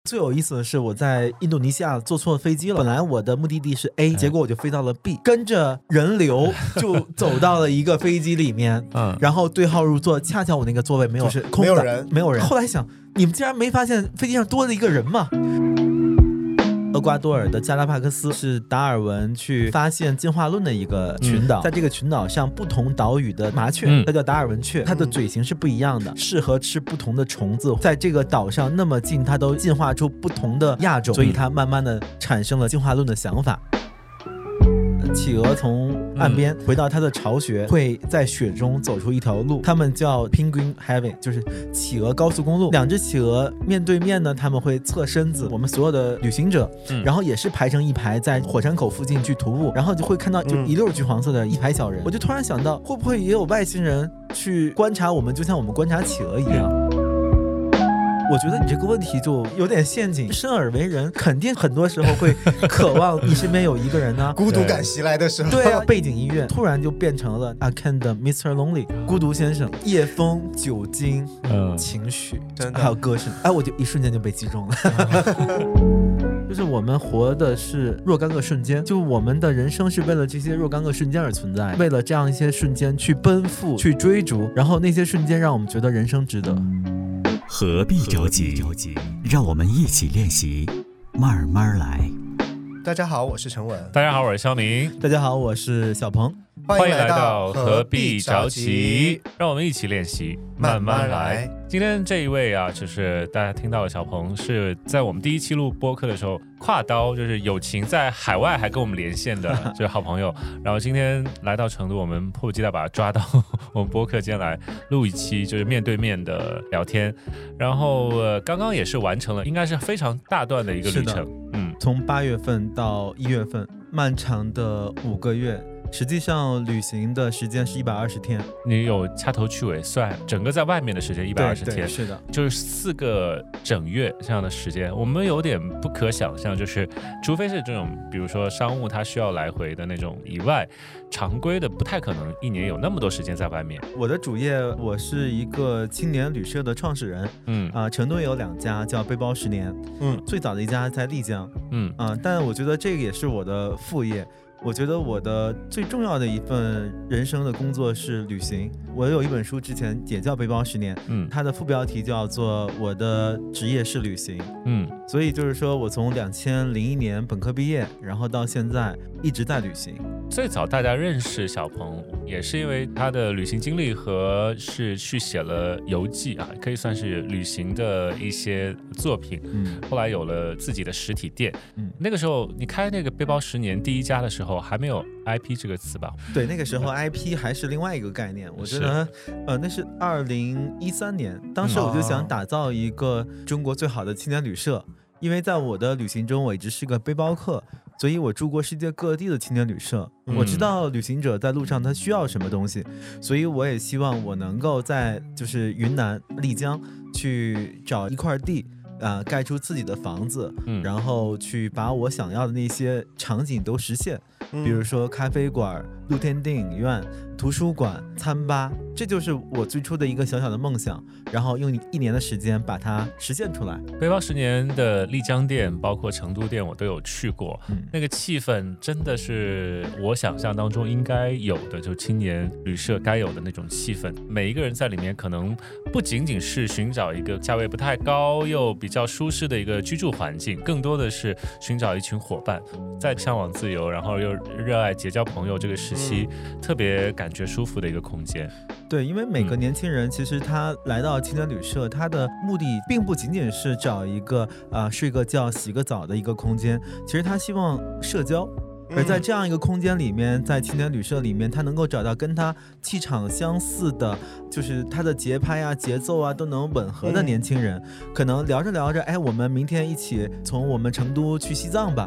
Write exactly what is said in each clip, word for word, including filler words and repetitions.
最有意思的是我在印度尼西亚坐错飞机了，本来我的目的地是 A， 结果我就飞到了 B， 跟着人流就走到了一个飞机里面，嗯，然后对号入座，恰巧我那个座位没有，就是空的， 没有人， 没有人。后来想，你们竟然没发现飞机上多了一个人吗？厄瓜多尔的加拉帕戈斯是达尔文去发现进化论的一个群岛，嗯、在这个群岛上，不同岛屿的麻雀，嗯、它叫达尔文雀，它的嘴型是不一样的，适合吃不同的虫子。在这个岛上那么近，它都进化出不同的亚种，所以它慢慢的产生了进化论的想法。企鹅从岸边回到它的巢穴，会在雪中走出一条路，它们叫 Penguin Highway， 就是企鹅高速公路。两只企鹅面对面呢，他们会侧身子，我们所有的旅行者，嗯、然后也是排成一排，在火山口附近去徒步，然后就会看到就一溜橘黄色的一排小人。嗯、我就突然想到，会不会也有外星人去观察我们，就像我们观察企鹅一样？我觉得你这个问题就有点陷阱。生而为人，肯定很多时候会渴望你身边有一个人呢、啊。 孤独感袭来的时候， 对啊，背景音乐突然就变成了阿 Ken 的 mister Lonely， 孤独先生，夜风、酒精、嗯、情绪，还有歌声，哎，我就一瞬间就被击中了。就是我们活的是若干个瞬间，就我们的人生是为了这些若干个瞬间而存在，为了这样一些瞬间去奔赴、去追逐，然后那些瞬间让我们觉得人生值得。 何必着急？让我们一起练习，慢慢来。 大家好，我是陈文。 大家好，我是肖明。 大家好，我是小鹏。 欢迎来到何必着急，让我们一起练习，慢慢来。今天这一位啊，就是大家听到的小鹏，是在我们第一期录播客的时候，跨刀就是友情在海外还跟我们连线的这个好朋友。然后今天来到成都，我们迫不及待把他抓到我们播客间来录一期，就是面对面的聊天。然后、呃、刚刚也是完成了，应该是非常大段的一个旅程。 嗯，从八月份到一月份，漫长的五个月。实际上旅行的时间是一百二十天， 你有掐头去尾算整个在外面的时间一百二十天， 是的， 就是四个整月这样的时间，我们有点不可想象，就是除非是这种比如说商务它需要来回的那种以外，常规的不太可能一年有那么多时间在外面。 我的主业，我是一个青年旅社的创始人，嗯啊、呃，成都也有两家叫背包十年，嗯，最早的一家在丽江，嗯啊、呃，但我觉得这个也是我的副业。我觉得我的最重要的一份人生的工作是旅行。我有一本书之前也叫背包十年，嗯，它的副标题叫做我的职业是旅行，嗯，所以就是说我从两千零一年本科毕业，然后到现在一直在旅行。 最早大家认识小鹏也是因为他的旅行经历和是去写了游记啊，可以算是旅行的一些作品，嗯，后来有了自己的实体店，嗯，那个时候你开那个背包十年第一家的时候还没有 I P 这个词吧？ 对，那个时候 I P 还是另外一个概念。我觉得，呃，那是二零一三年，当时我就想打造一个中国最好的青年旅社，因为在我的旅行中，我一直是个背包客，所以我住过世界各地的青年旅社，嗯、我知道旅行者在路上他需要什么东西，所以我也希望我能够在就是云南丽江去找一块地。呃，盖出自己的房子，嗯，然后去把我想要的那些场景都实现，嗯、比如说咖啡馆、露天电影院、图书馆、餐吧，这就是我最初的一个小小的梦想，然后用一年的时间把它实现出来。 背包十年的丽江店，包括成都店，我都有去过，嗯、那个气氛真的是我想象当中应该有的，就青年旅社该有的那种气氛。每一个人在里面可能不仅仅是寻找一个价位不太高又比较舒适的一个居住环境，更多的是寻找一群伙伴，在向往自由，然后又热爱结交朋友这个时期，嗯、特别感觉舒服的一个空间。 对，因为每个年轻人其实他来到青年旅社，他的目的并不仅仅是找一个啊、呃、睡个觉、洗个澡的一个空间，其实他希望社交。而在这样一个空间里面，在青年旅社里面，他能够找到跟他气场相似的，就是他的节拍啊、节奏啊都能吻合的年轻人。可能聊着聊着，哎，我们明天一起从我们成都去西藏吧。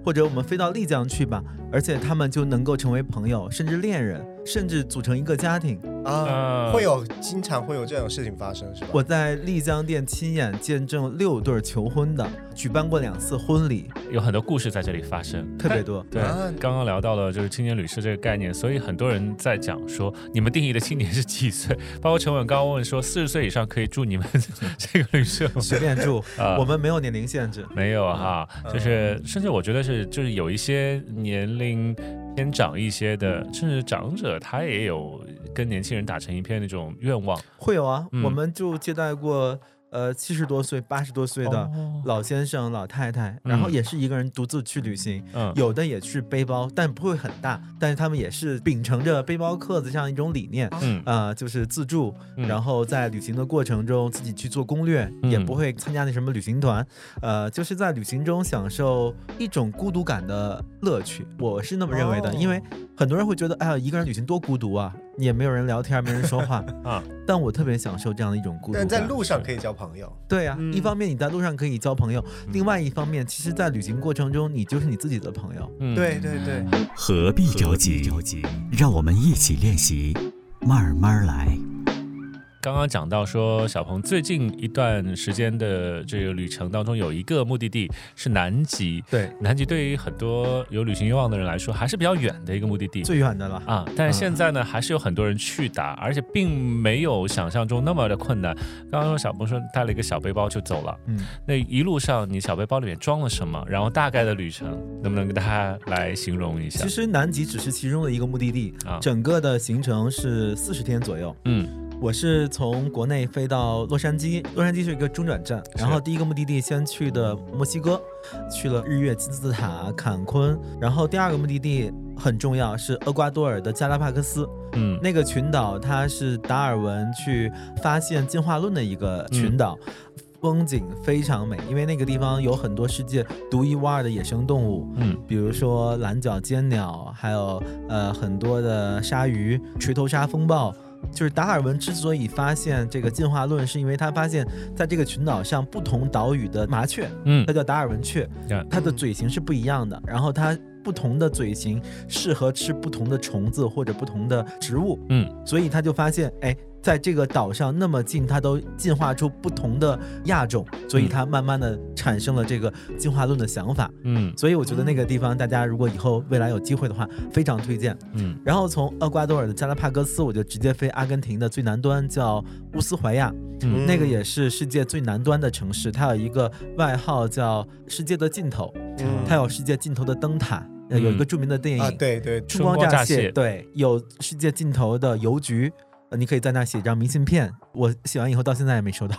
或者我们飞到丽江去吧，而且他们就能够成为朋友，甚至恋人，甚至组成一个家庭啊，会有经常会有这种事情发生，是吧？ 我在丽江店亲眼见证六对求婚的，举办过两次婚礼， 有很多故事在这里发生， 特别多。 对，啊、刚刚聊到了就是青年旅社这个概念，所以很多人在讲说，你们定义的青年是几岁？包括陈文刚刚问说，四十岁以上可以住你们这个旅社吗？ 随便住、啊，我们没有年龄限制， 没有哈，嗯、就是甚至我觉得是就是有一些年龄偏长一些的，甚至长者他也有跟年轻人打成一片那种愿望， 会有啊，嗯、我们就接待过。呃，七十多岁、八十多岁的老先生、哦、老太太，然后也是一个人独自去旅行，嗯、有的也是背包，但不会很大，但是他们也是秉承着背包客的这样一种理念，嗯，呃，就是自助，嗯、然后在旅行的过程中自己去做攻略，嗯、也不会参加那什么旅行团，呃，就是在旅行中享受一种孤独感的乐趣，我是那么认为的，哦、因为很多人会觉得，哎呀，一个人旅行多孤独啊，也没有人聊天，没人说话啊，但我特别享受这样的一种孤独感。 但在路上可以交朋友。 对啊、嗯，一方面你在路上可以交朋友，嗯、另外一方面，其实在旅行过程中，你就是你自己的朋友。 嗯，对对对。 何必着急？让我们一起练习，慢慢来。 刚刚讲到说，小鹏最近一段时间的这个旅程当中，有一个目的地是南极。 对， 南极对于很多有旅行愿望的人来说，还是比较远的一个目的地， 最远的了啊。但是现在呢，嗯、还是有很多人去打，而且并没有想象中那么的困难。刚刚说小鹏说带了一个小背包就走了，嗯，那一路上你小背包里面装了什么？然后大概的旅程能不能跟大家来形容一下？ 其实南极只是其中的一个目的地啊，整个的行程是四十天左右，嗯。我是从国内飞到洛杉矶，洛杉矶是一个中转站，然后第一个目的地先去的墨西哥，去了日月金字塔、坎昆，然后第二个目的地很重要是厄瓜多尔的加拉帕戈斯，嗯，那个群岛它是达尔文去发现进化论的一个群岛。嗯，风景非常美，因为那个地方有很多世界独一无二的野生动物，嗯，比如说蓝角尖鸟，还有呃很多的鲨鱼、锤头鲨风暴。就是达尔文之所以发现这个进化论，是因为他发现在这个群岛上不同岛屿的麻雀，嗯，它叫达尔文雀，它的嘴型是不一样的，然后它不同的嘴型适合吃不同的虫子或者不同的植物，嗯，所以他就发现，哎，在这个岛上那么近，它都进化出不同的亚种，所以它慢慢的产生了这个进化论的想法，嗯，所以我觉得那个地方大家如果以后未来有机会的话，非常推荐，嗯，然后从厄瓜多尔的加拉帕戈斯，我就直接飞阿根廷的最南端叫乌斯怀亚，嗯，那个也是世界最南端的城市，它有一个外号叫世界的尽头，嗯，它有世界尽头的灯塔。有一个著名的电影， 嗯啊、对对， 春光乍泄，对，有世界尽头的邮局，呃，你可以在那写一张明信片，我写完以后到现在也没收到，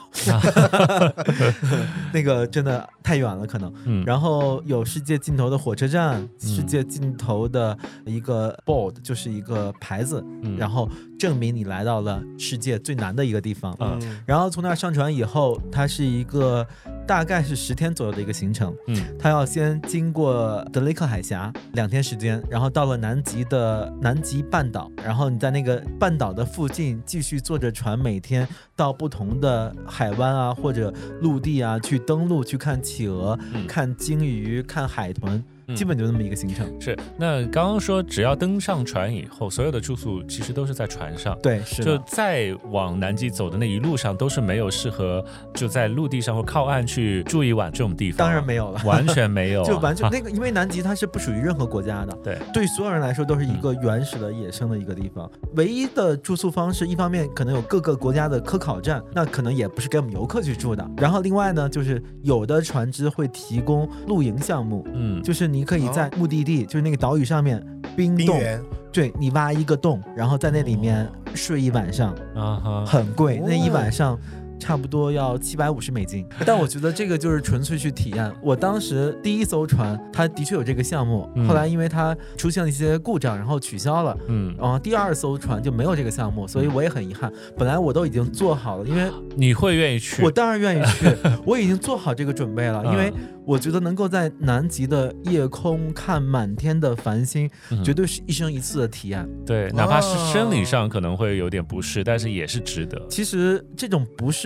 那个真的太远了可能，嗯，然后有世界尽头的火车站，嗯、世界尽头的一个 board， 就是一个牌子，嗯，然后证明你来到了世界最南的一个地方，嗯，然后从那儿上船以后，它是一个大概是十天左右的一个行程，嗯，它要先经过德雷克海峡两天时间，然后到了南极的南极半岛，然后你在那个半岛的附近继续坐着船，每天到不同的海湾啊或者陆地啊去登陆，去看企鹅，嗯、看鲸鱼，看海豚。基本就那么一个行程。 是，那刚刚说只要登上船以后，所有的住宿其实都是在船上。 对，是的。 就再往南极走的那一路上都是没有适合就在陆地上或靠岸去住一晚这种地方。 当然没有了， 完全没有、啊， 就完全那个，因为南极它是不属于任何国家的， 对， 对所有人来说都是一个原始的野生的一个地方。嗯、唯一的住宿方式，一方面可能有各个国家的科考站，那可能也不是给我们游客去住的。然后另外呢，就是有的船只会提供露营项目，嗯，就是你可以在目的地，就是那个岛屿上面冰洞，对，你挖一个洞，然后在那里面睡一晚上，哦、很贵，那一晚上差不多要七百五十美金。但我觉得这个就是纯粹去体验。我当时第一艘船，它的确有这个项目，嗯、后来因为它出现了一些故障，然后取消了。嗯，然后第二艘船就没有这个项目，所以我也很遗憾。本来我都已经做好了，因为你会愿意去， 我当然愿意去，我已经做好这个准备了，因为我觉得能够在南极的夜空看满天的繁星，嗯、绝对是一生一次的体验。 对，哪怕是生理上可能会有点不适，但是也是值得。 其实这种不适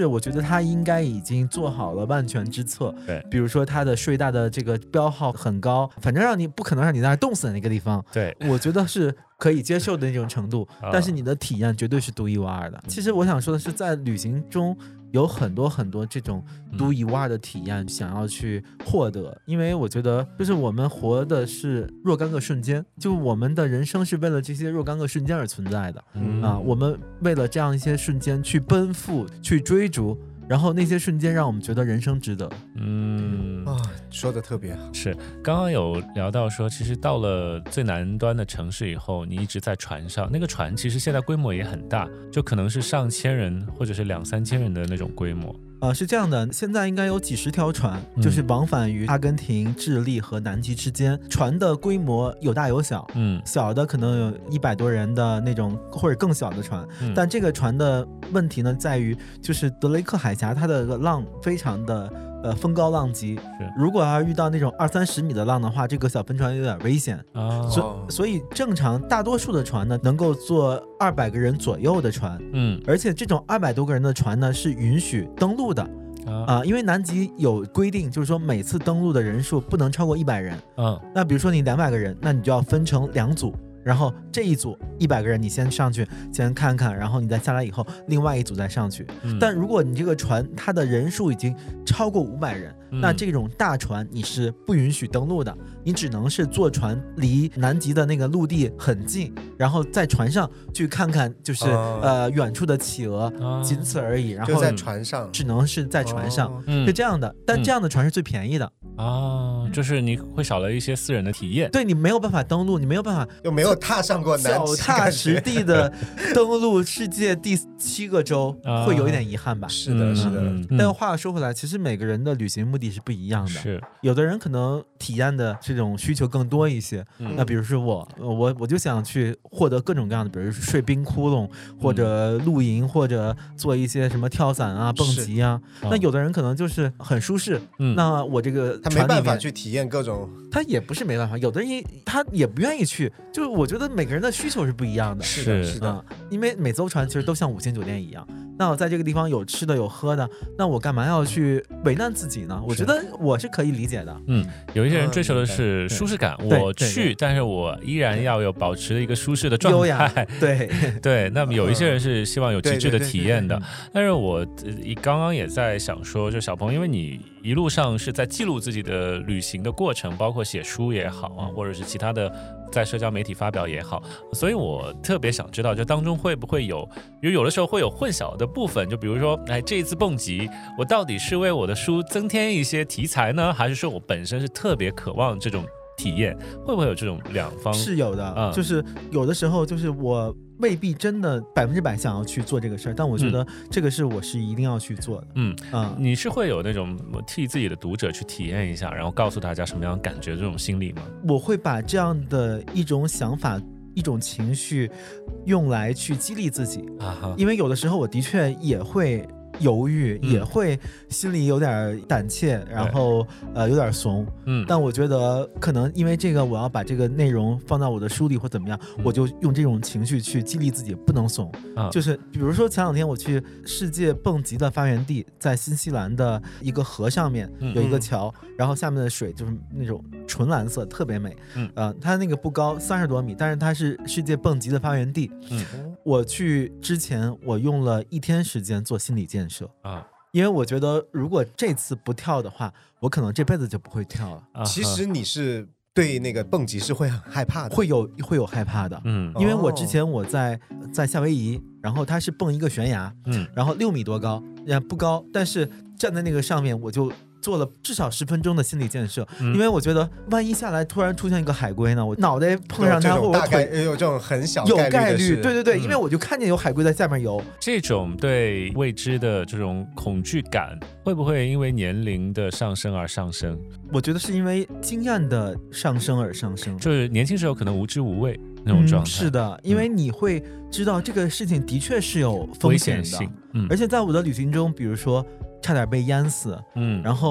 是我觉得他应该已经做好了万全之策。 对， 比如说他的睡袋的这个标号很高，反正让你不可能让你在那冻死的那个地方。 对， 我觉得是可以接受的那种程度，但是你的体验绝对是独一无二的。其实我想说的是，在旅行中有很多很多这种独一无二的体验想要去获得，因为我觉得就是我们活的是若干个瞬间，就我们的人生是为了这些若干个瞬间而存在的、嗯、啊，我们为了这样一些瞬间去奔赴去追逐，然后那些瞬间让我们觉得人生值得。 嗯啊，说的特别好。 是，刚刚有聊到说，其实到了最南端的城市以后，你一直在船上，那个船其实现在规模也很大，就可能是上千人或者是两三千人的那种规模。 呃，是这样的，现在应该有几十条船，就是往返于阿根廷、智利和南极之间。船的规模有大有小，嗯，小的可能有一百多人的那种，或者更小的船。嗯、但这个船的问题呢，在于就是德雷克海峡，它的浪非常的呃风高浪急。如果要遇到那种二三十米的浪的话，这个小帆船有点危险。哦，所所以正常大多数的船呢，能够坐二百个人左右的船。嗯，而且这种二百多个人的船呢，是允许登陆的。啊、呃，因为南极有规定，就是说每次登陆的人数不能超过一百人。嗯，那比如说你两百个人，那你就要分成两组，然后这一组一百个人你先上去先看看，然后你再下来以后另外一组再上去。嗯、但如果你这个船它的人数已经超过五百人、嗯、那这种大船你是不允许登陆的，你只能是坐船离南极的那个陆地很近，然后在船上去看看就是、哦、呃远处的企鹅、哦、仅此而已。然后就在船上， 只能是在船上、哦、是这样的。但这样的船是最便宜的啊、哦，就是你会少了一些私人的体验。 对，你没有办法登陆，你没有办法又没有踏上过南极， 脚踏实地的登陆世界第七个洲，会有一点遗憾吧？ 是的，是的。 嗯、但话说回来，其实每个人的旅行目的是不一样的。 是， 有的人可能体验的这种需求更多一些。嗯、那比如说我，我我就想去获得各种各样的，比如说睡冰窟窿，或者露营，或者做一些什么跳伞啊、蹦极啊。那有的人可能就是很舒适。嗯、那我这个他没办法去体验各种， 他也不是没办法，有的人他也不愿意去。就是我觉得每个人的需求是不一样的。 是的，是的。嗯、 因为每艘船其实都像五星酒店一样，那我在这个地方有吃的有喝的，那我干嘛要去为难自己呢？我觉得我是可以理解的。 嗯，有一些人追求的是舒适感，嗯、我去，但是我依然要有保持一个舒适的状态。 对对，那么有一些人是希望有极致的体验的。但是我刚刚也在想说，就小鹏，因为你一路上是在记录自己的旅行的过程，包括写书也好啊，或者是其他的在社交媒体发表也好，所以我特别想知道，就当中会不会有，因为有的时候会有混淆的部分，就比如说，哎，这一次蹦极，我到底是为我的书增添一些题材呢，还是说我本身是特别渴望这种体验？会不会有这种两方？ 是有的，嗯、就是有的时候就是我未必真的百分之百想要去做这个事儿，但我觉得这个是我是一定要去做的。嗯啊，你是会有那种替自己的读者去体验一下，然后告诉大家什么样感觉这种心理吗？ 我会把这样的一种想法、一种情绪用来去激励自己啊，因为有的时候我的确也会犹豫，嗯、也会心里有点胆怯，然后呃有点怂，嗯，但我觉得可能因为这个，我要把这个内容放到我的书里或怎么样，嗯、我就用这种情绪去激励自己，不能怂。啊、就是比如说前两天我去世界蹦极的发源地，在新西兰的一个河上面有一个桥，嗯、然后下面的水就是那种纯蓝色，特别美。嗯，呃，它那个不高，三十多米，但是它是世界蹦极的发源地。嗯，我去之前我用了一天时间做心理建设。啊，因为我觉得如果这次不跳的话，我可能这辈子就不会跳了。 啊、其实你是对那个蹦极是会很害怕的， 会有会有害怕的。嗯，因为我之前我在在夏威夷，然后它是蹦一个悬崖，嗯，然后六米多高，也不高，但是站在那个上面我就做了至少十分钟的心理建设，嗯、因为我觉得万一下来突然出现一个海龟呢，我脑袋碰上它，或者腿有这种很小有概率， 对对对，嗯、因为我就看见有海龟在下面游。 这种对未知的这种恐惧感，会不会因为年龄的上升而上升？ 我觉得是因为经验的上升而上升， 就是年轻时候可能无知无畏那种状态。 嗯、是的，因为你会知道这个事情的确是有风险的， 危险性。嗯， 而且在我的旅行中，比如说差点被淹死，嗯，然后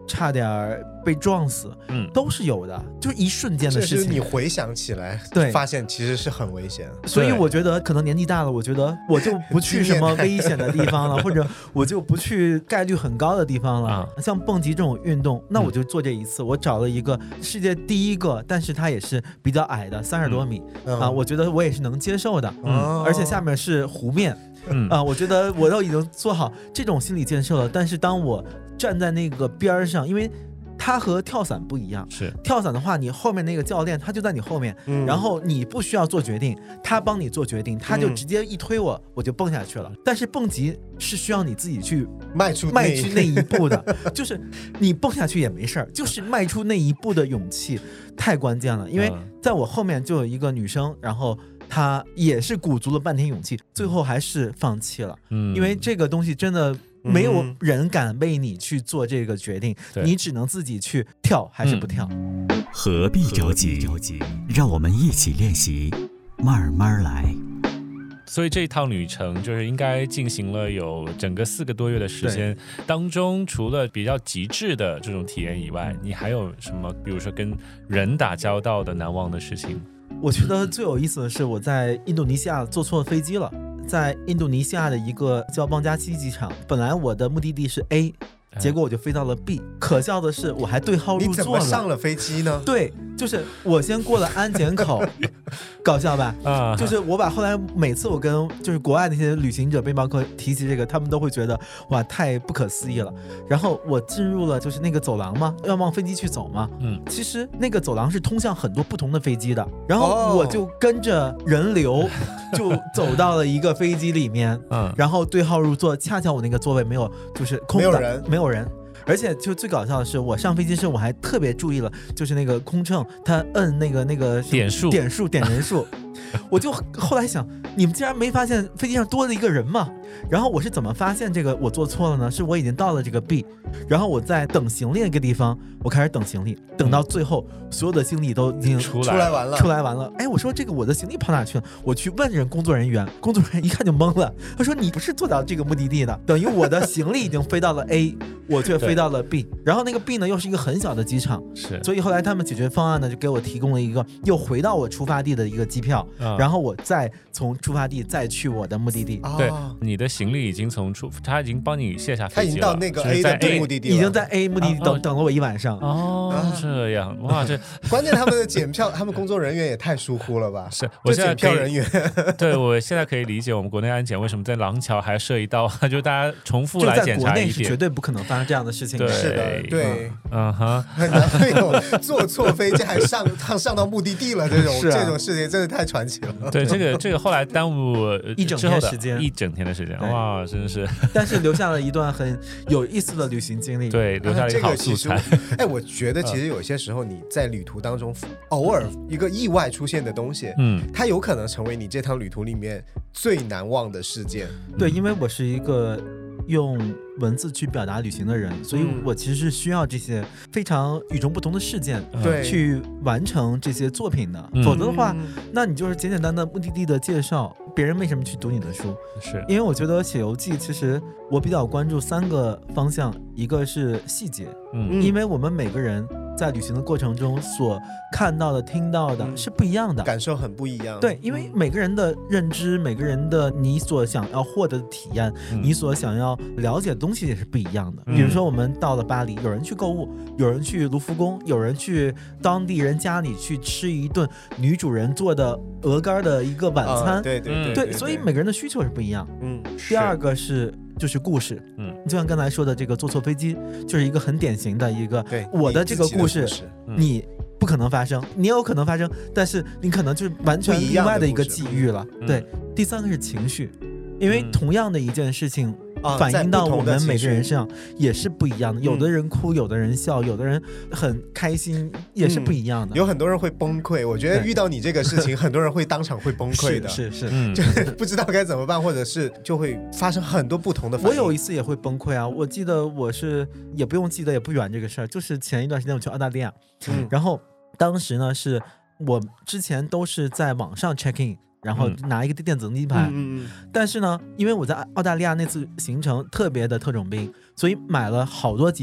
差点被撞死，嗯，都是有的，就是一瞬间的事情。 就是你回想起来， 对， 发现其实是很危险。 所以我觉得可能年纪大了，我觉得我就不去什么危险的地方了，或者我就不去概率很高的地方了。啊、像蹦极这种运动，那我就做这一次。嗯、我找了一个世界第一个，但是它也是比较矮的，三十多米、嗯、啊，我觉得我也是能接受的。嗯，而且下面是湖面。嗯啊，我觉得我都已经做好这种心理建设了。但是当我站在那个边上，因为它和跳伞不一样， 是跳伞的话，你后面那个教练他就在你后面、嗯，然后你不需要做决定，他帮你做决定，他就直接一推我，嗯、我就蹦下去了。但是蹦极是需要你自己去迈出迈出那一步的，就是你蹦下去也没事儿，就是迈出那一步的勇气太关键了。因为在我后面就有一个女生，然后她也是鼓足了半天勇气，最后还是放弃了。嗯，因为这个东西真的。没有人敢为你去做这个决定，嗯、你只能自己去跳还是不跳。 嗯、何必着急？让我们一起练习，慢慢来。 所以这一趟旅程就是应该进行了有整个四个多月的时间，当中除了比较极致的这种体验以外，你还有什么？比如说跟人打交道的难忘的事情？ 我觉得最有意思的是我在印度尼西亚坐错飞机了。在印度尼西亚的一个叫邦加西机场，本来我的目的地是 A， 结果我就飞到了 B。可笑的是，我还对号入座了。 你怎么上了飞机呢？ 对，就是我先过了安检口，搞笑吧？啊，就是我把后来每次我跟就是国外那些旅行者背包客提起这个，他们都会觉得哇太不可思议了。然后我进入了就是那个走廊嘛，要往飞机去走嘛。嗯，其实那个走廊是通向很多不同的飞机的，然后我就跟着人流就走到了一个飞机里面，嗯，然后对号入座，恰巧我那个座位没有就是空的， 没有人， 没有人。而且就最搞笑的是，我上飞机时我还特别注意了，就是那个空乘他摁那个那个点数点数点人数，我就后来想，你们竟然没发现飞机上多了一个人吗？然后我是怎么发现这个我做错了呢？是我已经到了这个 B， 然后我在等行李那个地方，我开始等行李，等到最后、嗯、所有的行李都已经出来出来完了， 出来完了。哎，我说这个我的行李跑哪去了？我去问人工作人员，工作人员一看就懵了，他说你不是坐到这个目的地的，等于我的行李已经飞到了 A， 我却飞到了 B， 然后那个 B 呢又是一个很小的机场， 是， 所以后来他们解决方案呢就给我提供了一个又回到我出发地的一个机票，嗯、然后我再从出发地再去我的目的地。 哦、对，你的行李已经从出，他已经帮你卸下飞机了， 他已经到那个 A 的目的地了， 已经在 A 目的地等、哦、等了我一晚上。 哦，啊、这样哇，这关键他们的检票，他们工作人员也太疏忽了吧？ 是，我现在检票人员， 对我现在可以理解我们国内安检为什么在廊桥还设一道，就大家重复来检查一遍。 就在国内是绝对不可能发生这样的事情的。 是的，对， 嗯哼， 很难会有坐错飞机还上上到目的地了这种、啊、这种事情，真的太传奇了。 对，这个这个后来耽误一整天时间， 一整天的时间，哇，真的是。 但是留下了一段很有意思的旅行经历， 对，留下了一个好素材。 哎，我觉得其实有些时候你在旅途当中，偶尔一个意外出现的东西，嗯，它有可能成为你这趟旅途里面最难忘的事件。 对，因为我是一个用文字去表达旅行的人，所以我其实是需要这些非常与众不同的事件， 对， 去完成这些作品的。嗯、否则的话，那你就是简简单单目的地的介绍，别人为什么去读你的书？ 是因为我觉得写游记，其实我比较关注三个方向，一个是细节，嗯，因为我们每个人在旅行的过程中所看到的、听到的是不一样的， 感受很不一样。 对，因为每个人的认知，每个人的你所想要获得的体验，嗯、你所想要了解的东西也是不一样的。嗯、比如说，我们到了巴黎，有人去购物，有人去卢浮宫，有人去当地人家里去吃一顿女主人做的鹅肝的一个晚餐。 啊、对对 对, 对, 对, 对， 所以每个人的需求是不一样。 嗯， 第二个是。就是故事，嗯，就像刚才说的这个坐错飞机，就是一个很典型的一个， 对， 我的这个故事， 事你不可能发生，你也有可能发生，但是你可能就是完全另外的一个际遇了。对，第三个是情绪，因为同样的一件事情。 啊、 反映到我们每个人身上也是不一样的，有的人哭，有的人笑，有的人很开心，也是不一样的。 嗯、有很多人会崩溃，我觉得遇到你这个事情，很多人会当场会崩溃的， 是是， 是就是不知道该怎么办，或者是就会发生很多不同的反应。 我有一次也会崩溃啊，我记得我是也不用记得也不远这个事儿，就是前一段时间我去澳大利亚，嗯、然后当时呢是我之前都是在网上 check in。然后拿一个电子登机牌、嗯，但是呢，因为我在澳大利亚那次行程特别的特种兵，所以买了好多机票，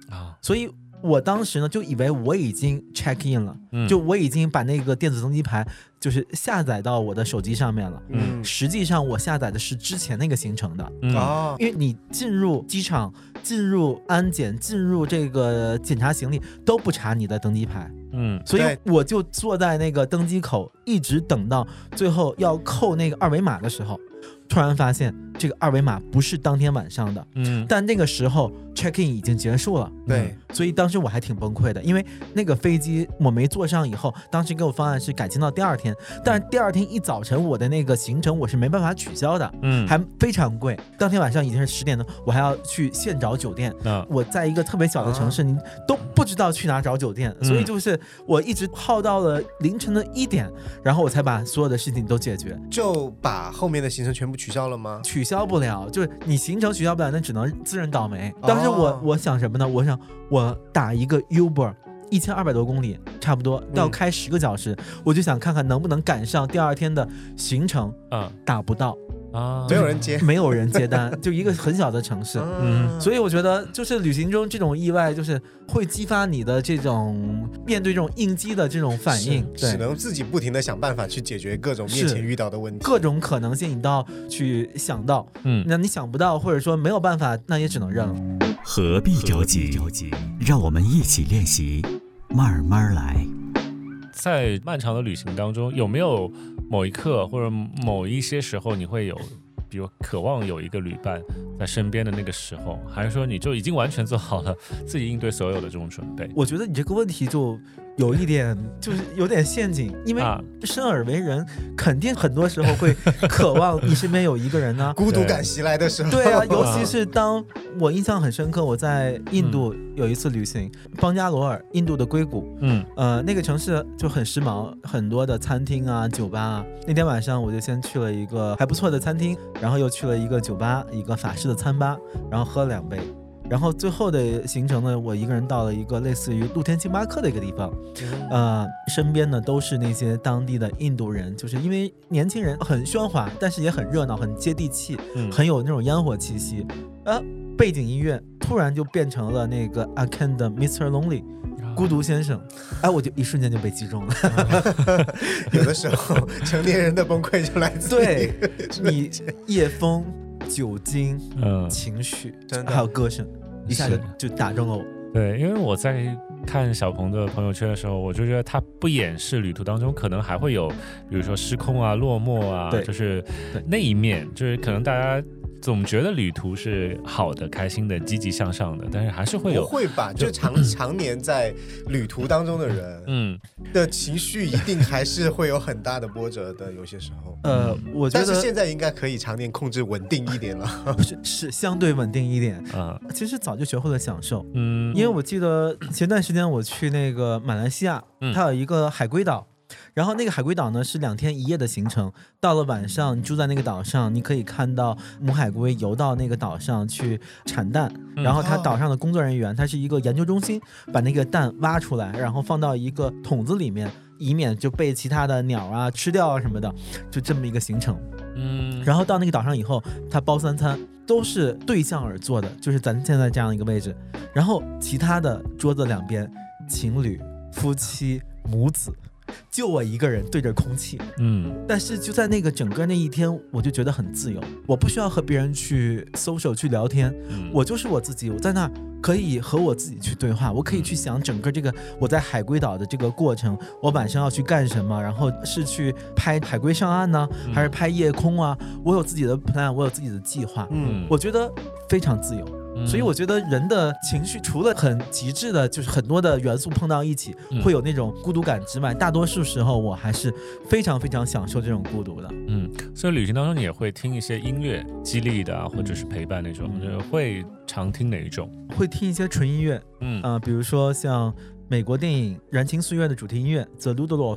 啊，所以我当时呢就以为我已经 check in 了， 嗯、 就我已经把那个电子登机牌就是下载到我的手机上面了。嗯，实际上我下载的是之前那个行程的。啊、嗯，因为你进入机场、进入安检、进入这个检查行李都不查你的登机牌。嗯，所以我就坐在那个登机口，一直等到最后要扣那个二维码的时候，突然发现这个二维码不是当天晚上的。嗯，但那个时候 check in 已经结束了。 对、 嗯，所以当时我还挺崩溃的，因为那个飞机我没坐上以后，当时给我方案是改签到第二天，但是第二天一早晨我的那个行程我是没办法取消的。嗯，还非常贵。当天晚上已经是十点了，我还要去现找酒店。嗯，我在一个特别小的城市，啊、你都不知道去哪找酒店，所以就是我一直耗到了凌晨的一点，然后我才把所有的事情都解决。 就把后面的行程全部取消了吗？ 取消不了，就是你行程取消不了，那只能自认倒霉。当时我、哦、我想什么呢？我想我打一个 Uber， 一千二百多公里，差不多要开十个小时、嗯，我就想看看能不能赶上第二天的行程。嗯，打不到。 啊，没有人接， 没有人接单，就一个很小的城市。嗯，所以我觉得就是旅行中这种意外，就是会激发你的这种面对这种应激的这种反应， 只能自己不停的想办法去解决各种面前遇到的问题， 各种可能性你都要去想到。嗯，那你想不到或者说没有办法，那也只能认了。 何必着急？让我们一起练习，慢慢来。 在漫长的旅行当中，有没有某一刻或者某一些时候，你会有，比如渴望有一个旅伴在身边的那个时候，还是说你就已经完全做好了自己应对所有的这种准备？ 我觉得你这个问题就有一点就是有点陷阱，因为生而为人，肯定很多时候会渴望你身边有一个人呢、啊。 孤独感袭来的时候， 对啊，尤其是当我印象很深刻，我在印度有一次旅行，嗯、邦加罗尔，印度的硅谷，嗯，呃，那个城市就很时髦，很多的餐厅啊、酒吧啊。那天晚上我就先去了一个还不错的餐厅，然后又去了一个酒吧，一个法式的餐吧，然后喝了两杯。然后最后的行程呢，我一个人到了一个类似于露天星巴克的一个地方，呃，身边呢都是那些当地的印度人，就是因为年轻人很喧哗，但是也很热闹，很接地气，嗯、很有那种烟火气息。呃，背景音乐突然就变成了那个 Akan 的 mister Lonely。孤独先生，哎，我就一瞬间就被击中了。 有的时候，成年人的崩溃就来自对你夜风、酒精、嗯、情绪，还有歌声，一下就就打中了我。 对，因为我在看小鹏的朋友圈的时候，我就觉得他不掩饰旅途当中可能还会有，比如说失控啊、落寞啊，就是那一面，就是可能大家总觉得旅途是好的、开心的、积极向上的，但是还是会有不会吧？就常常年在旅途当中的人，嗯，的情绪一定还是会有很大的波折的。有些时候， 呃，我觉得但是现在应该可以常年控制稳定一点了， 是是相对稳定一点啊。其实早就学会了享受，嗯，因为我记得前段时间我去那个马来西亚，它有一个海龟岛。然后那个海龟岛呢是两天一夜的行程，到了晚上你住在那个岛上，你可以看到母海龟游到那个岛上去产蛋，然后它岛上的工作人员，它是一个研究中心，把那个蛋挖出来，然后放到一个桶子里面，以免就被其他的鸟啊吃掉啊什么的，就这么一个行程。嗯，然后到那个岛上以后，它包三餐都是对向而坐的，就是咱现在这样一个位置，然后其他的桌子两边情侣、夫妻、母子。就我一个人对着空气，嗯，但是就在那个整个那一天，我就觉得很自由，我不需要和别人去 social 去聊天，嗯、我就是我自己，我在那可以和我自己去对话，我可以去想整个这个我在海龟岛的这个过程，我晚上要去干什么，然后是去拍海龟上岸呢，还是拍夜空啊？我有自己的 plan， 我有自己的计划，嗯，我觉得非常自由。所以我觉得人的情绪除了很极致的就是很多的元素碰到一起会有那种孤独感之外，大多数时候我还是非常非常享受这种孤独的。 嗯，所以旅行当中你也会听一些音乐激励的啊，或者是陪伴那种，嗯、会常听哪一种？ 会听一些纯音乐，嗯啊、呃，比如说像美国电影《燃情岁月》的主题音乐《The Ludlows》。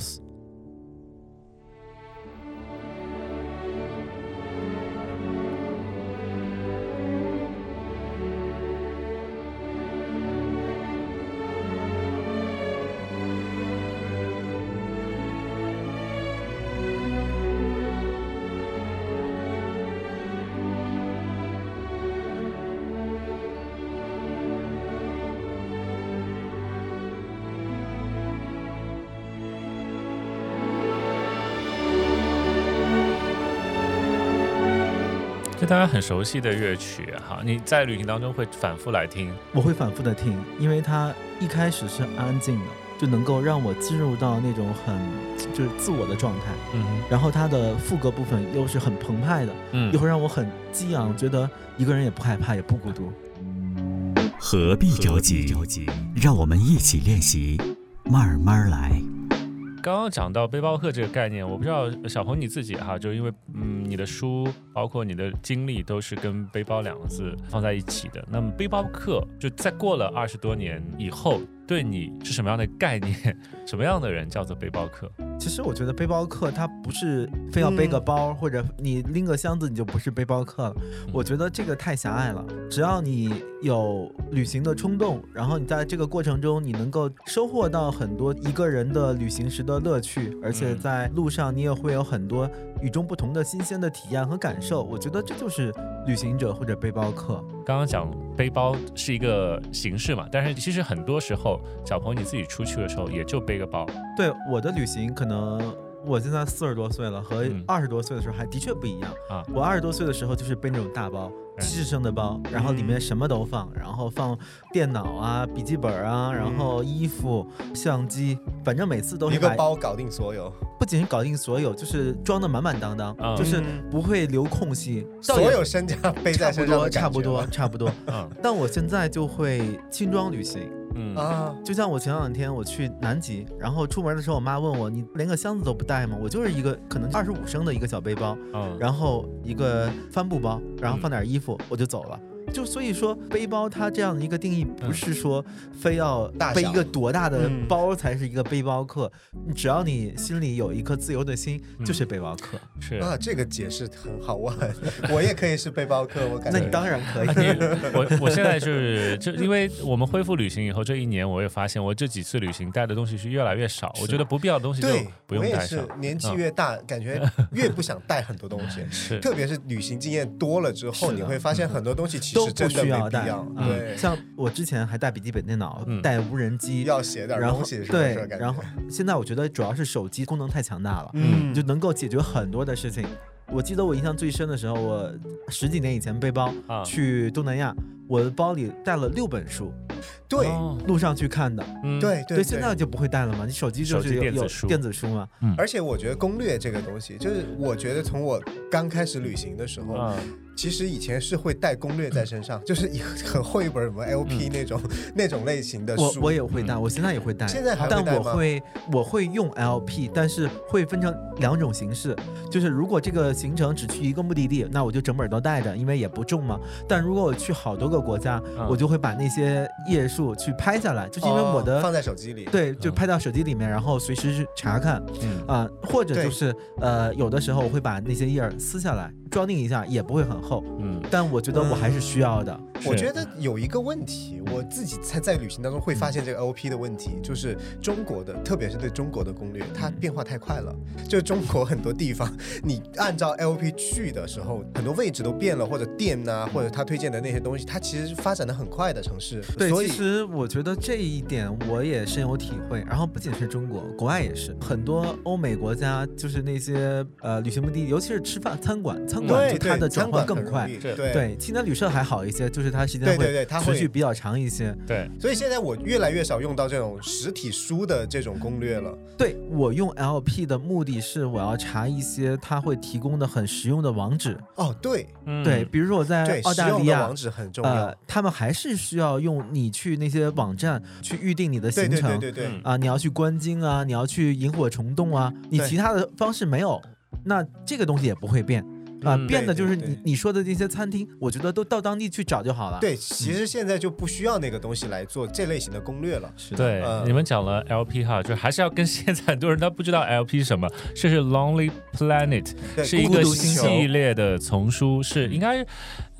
大家很熟悉的乐曲哈，你在旅行当中会反复来听？ 我会反复的听，因为它一开始是安静的，就能够让我进入到那种很就是自我的状态，嗯，然后它的副歌部分又是很澎湃的，嗯，又会让我很激昂，觉得一个人也不害怕，也不孤独。 何必着急？让我们一起练习，慢慢来。 刚刚讲到背包客这个概念，我不知道小鹏你自己哈，就因为嗯你的书包括你的经历都是跟背包两个字放在一起的。那么背包客就在过了二十多年以后，对你是什么样的概念？什么样的人叫做背包客？ 其实我觉得背包客他不是非要背个包、嗯、或者你拎个箱子你就不是背包客了、嗯、我觉得这个太狭隘了。只要你有旅行的冲动，然后你在这个过程中你能够收获到很多一个人的旅行时的乐趣，而且在路上你也会有很多与众不同的新鲜的体验和感受，我觉得这就是旅行者或者背包客。 刚刚讲背包是一个形式嘛，但是其实很多时候小鹏你自己出去的时候也就背个包。 对，我的旅行可能我现在四十多岁了，和二十多岁的时候还的确不一样、嗯、啊。我二十多岁的时候就是背那种大包，机制生的包，然后里面什么都放，然后放电脑啊、笔记本啊，然后衣服、相机，反正每次都是一个包搞定所有。 不仅搞定所有，就是装的满满当当、嗯，就是不会留空隙， 所有身家背在身上的感觉。 差不多，差不多，差不多。嗯，但我现在就会轻装旅行。嗯啊，就像我前两天我去南极，然后出门的时候，我妈问我，你连个箱子都不带吗？我就是一个可能二十五升的一个小背包，嗯，然后一个帆布包，然后放点衣服、嗯、我就走了。就所以说背包它这样的一个定义不是说非要背一个多大的包才是一个背包客、嗯、只要你心里有一颗自由的心、嗯、就是背包客。 是啊，这个解释很好，我很我也可以是背包客，我感觉那你当然可以、啊、 我我现在就是就因为我们恢复旅行以后这一年，我也发现我这几次旅行带的东西是越来越少，我觉得不必要的东西就不用带上。 我也是年纪越大、嗯、感觉越不想带很多东西是特别是旅行经验多了之后，你会发现很多东西其实真的没必要。 对、嗯，像我之前还带笔记本电脑、嗯、带无人机， 要写点东西， 对，然后现在我觉得主要是手机功能太强大了，嗯，就能够解决很多的事情。我记得我印象最深的时候，我十几年以前背包、啊、去东南亚，我的包里带了六本书， 对， 路上去看的， 嗯、对 对, 对，现在就不会带了嘛，你手机就是有电子书， 电子书嘛、 嗯。而且我觉得攻略这个东西，就是我觉得从我刚开始旅行的时候。嗯，其实以前是会带攻略在身上，就是很厚一本什么 L P 那种、嗯、那种类型的书。 我我也会带，我现在也会带。 现在还会带吗？ 但我会我会用 L P， 但是会分成两种形式，就是如果这个行程只去一个目的地，那我就整本都带着，因为也不重嘛。但如果我去好多个国家，嗯、我就会把那些页数去拍下来，就是因为我的、 哦、放在手机里， 对，就拍到手机里面，然后随时去查看。嗯啊、呃，或者就是呃，有的时候我会把那些页撕下来装订一下，也不会很厚。嗯，但我觉得我还是需要的。 嗯、我觉得有一个问题，我自己在在旅行当中会发现这个 L P 的问题，就是中国的，特别是对中国的攻略，它变化太快了。就中国很多地方，你按照 L P 去的时候，很多位置都变了，或者店啊，或者他推荐的那些东西，它其实发展的很快的城市。 对， 所以其实我觉得这一点我也深有体会。然后不仅是中国，国外也是，很多欧美国家，就是那些呃旅行目的地，尤其是吃饭餐馆，餐馆就它的转换更快。 对对, 对，青年旅社还好一些，就是它时间会持续比较长一些。 对， 所以现在我越来越少用到这种实体书的这种攻略了。 对，我用 L P 的目的是我要查一些它会提供的很实用的网址。 哦，对， 嗯、对，比如说我在澳大利亚， 网址很重要。呃， 他们还是需要用你去那些网站去预定你的行程。 对对对对对。 啊、呃，你要去观鲸啊，你要去萤火虫洞啊，你其他的方式没有，那这个东西也不会变。啊、呃，变的就是你你说的这些餐厅，我觉得都到当地去找就好了。 对，其实现在就不需要那个东西来做这类型的攻略了。 是的， 对、呃，你们讲了 L P 哈，就还是要跟现在很多人他不知道 L P 是什么，这是 Lonely Planet， 是一个系列的丛书，是应该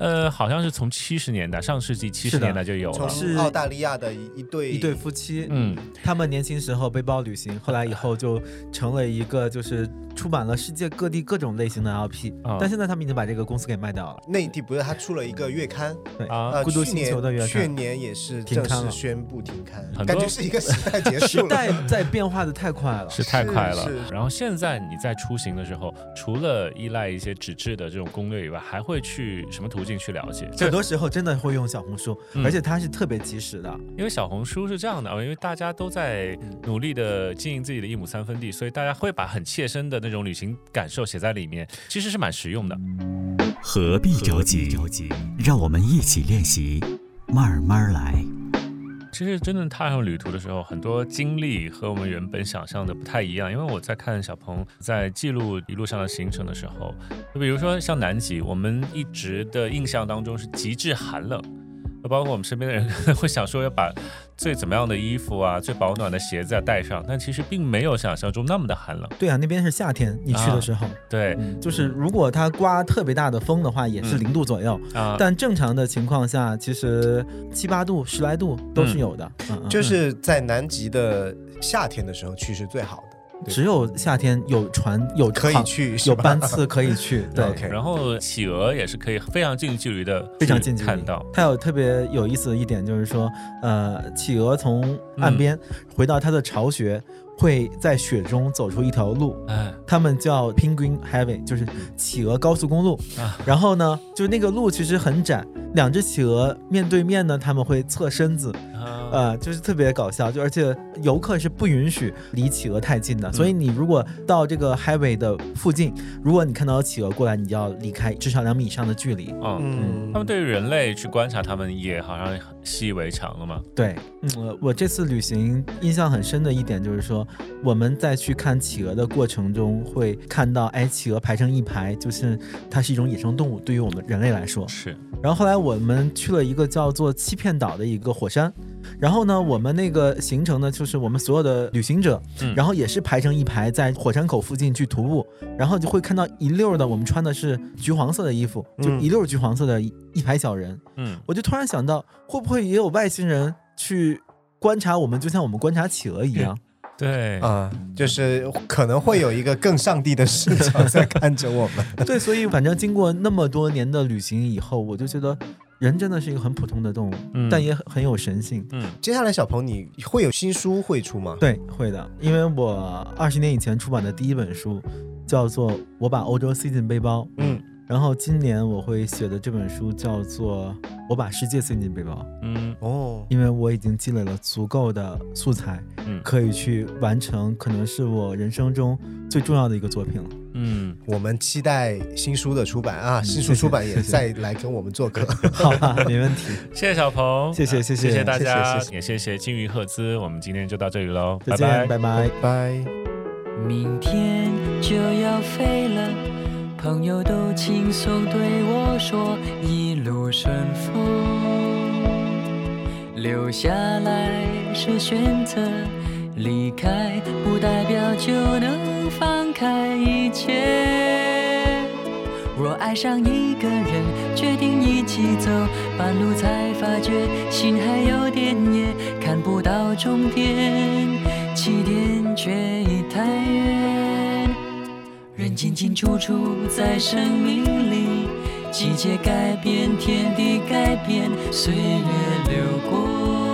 呃，好像是从七十年代，上世纪七十年代就有了。 从澳大利亚的一对一对夫妻， 嗯， 他们年轻时候背包旅行，后来以后就成了一个就是出版了世界各地各种类型的 L P，、嗯、但现在他们已经把这个公司给卖掉了。 内地不是他出了一个月刊， 对啊，呃、 孤独星球的月刊， 去年也是正式宣布停刊，感觉是一个时代结束了。 时代在变化的太快了， 是太快了。 是是然后现在你在出行的时候，除了依赖一些纸质的这种攻略以外，还会去什么途径去了解？ 很多时候真的会用小红书， 嗯、 而且它是特别及时的。 因为小红书是这样的，因为大家都在努力的经营自己的一亩三分地，所以大家会把很切身的那种旅行感受写在里面，其实是蛮实用的。 何必着急？让我们一起练习，慢慢来。 其实真正踏上旅途的时候，很多经历和我们原本想象的不太一样。因为我在看小鹏在记录一路上的行程的时候，就比如说像南极，我们一直的印象当中是极致寒冷，包括我们身边的人可能会想说要把最怎么样的衣服啊、最保暖的鞋子啊带上，但其实并没有想象中那么的寒冷。 对啊，那边是夏天，你去的时候，啊、 对、 嗯，就是如果它刮特别大的风的话，也是零度左右、嗯啊、但正常的情况下，其实七八度、十来度都是有的。 嗯嗯、就是在南极的夏天的时候去是最好的。 只有夏天有船有可以去， 有班次可以去。对， okay, 然后企鹅也是可以非常近距离的非常近距离看到。 它有特别有意思的一点就是说，呃，企鹅从岸边回到它的巢穴，嗯、会在雪中走出一条路， 哎， 他们叫 Penguin Highway， 就是企鹅高速公路。啊、然后呢，就那个路其实很窄，两只企鹅面对面呢，他们会侧身子。呃，就是特别搞笑，就而且游客是不允许离企鹅太近的，嗯、所以你如果到这个 highway 的附近，如果你看到企鹅过来，你就要离开至少两米以上的距离。 嗯嗯，他们对于人类去观察他们也好像习以为常了嘛。 对，嗯，我这次旅行印象很深的一点就是说，我们在去看企鹅的过程中会看到，哎，企鹅排成一排，就是它是一种野生动物，对于我们人类来说是。 然后后来我们去了一个叫做欺骗岛的一个火山。然后呢，我们那个行程呢，就是我们所有的旅行者，嗯、然后也是排成一排在火山口附近去徒步，然后就会看到一溜的，我们穿的是橘黄色的衣服，就一溜橘黄色的一,一排小人。嗯，我就突然想到，会不会也有外星人去观察我们，就像我们观察企鹅一样？ 对啊、嗯，就是可能会有一个更上帝的视角在看着我们。 对，所以反正经过那么多年的旅行以后，我就觉得人真的是一个很普通的动物，嗯、但也很有神性。 嗯，接下来小鹏你会有新书会出吗？ 对，会的，因为我二十年以前出版的第一本书叫做《我把欧洲塞进背包》，嗯，然后今年我会写的这本书叫做《我把世界塞进背包》，嗯哦，因为我已经积累了足够的素材，嗯，可以去完成可能是我人生中最重要的一个作品了。 嗯，我们期待新书的出版啊，嗯、新书出版也再来跟我们做客。 好啊，没问题。 谢谢小鹏， 谢谢谢谢谢谢大家， 谢谢谢谢也谢谢金鱼赫兹。我们今天就到这里喽， 再见，拜拜拜拜。 明天就要飞了，朋友都轻松对我说一路顺风。留下来是选择，离开不代表就能放开一切。若爱上一个人，决定一起走，半路才发觉心还有点野，看不到终点，起点却已太远。人进进出出在生命里，季节改变，天地改变，岁月流过，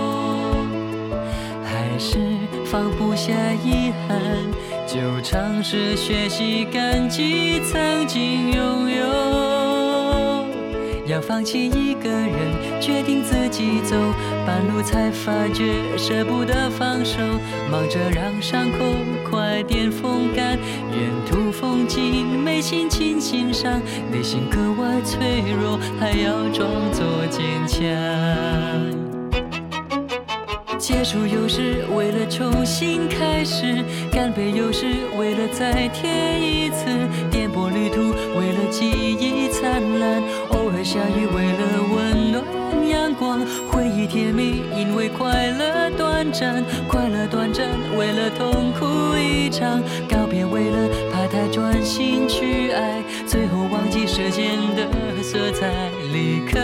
还是放不下遗憾，就尝试学习感激曾经拥有。要放弃一个人，决定自己走，半路才发觉舍不得放手，忙着让伤口快点风干，沿途风景没心情欣赏，内心格外脆弱，还要装作坚强。结束有时为了重新开始，干杯有时为了再添一次，颠簸旅途为了记忆灿烂，偶尔下雨为了温暖阳光，回忆甜蜜因为快乐短暂，快乐短暂为了痛苦一场，告别为了怕太专心去爱，最后忘记时间的色彩里离开。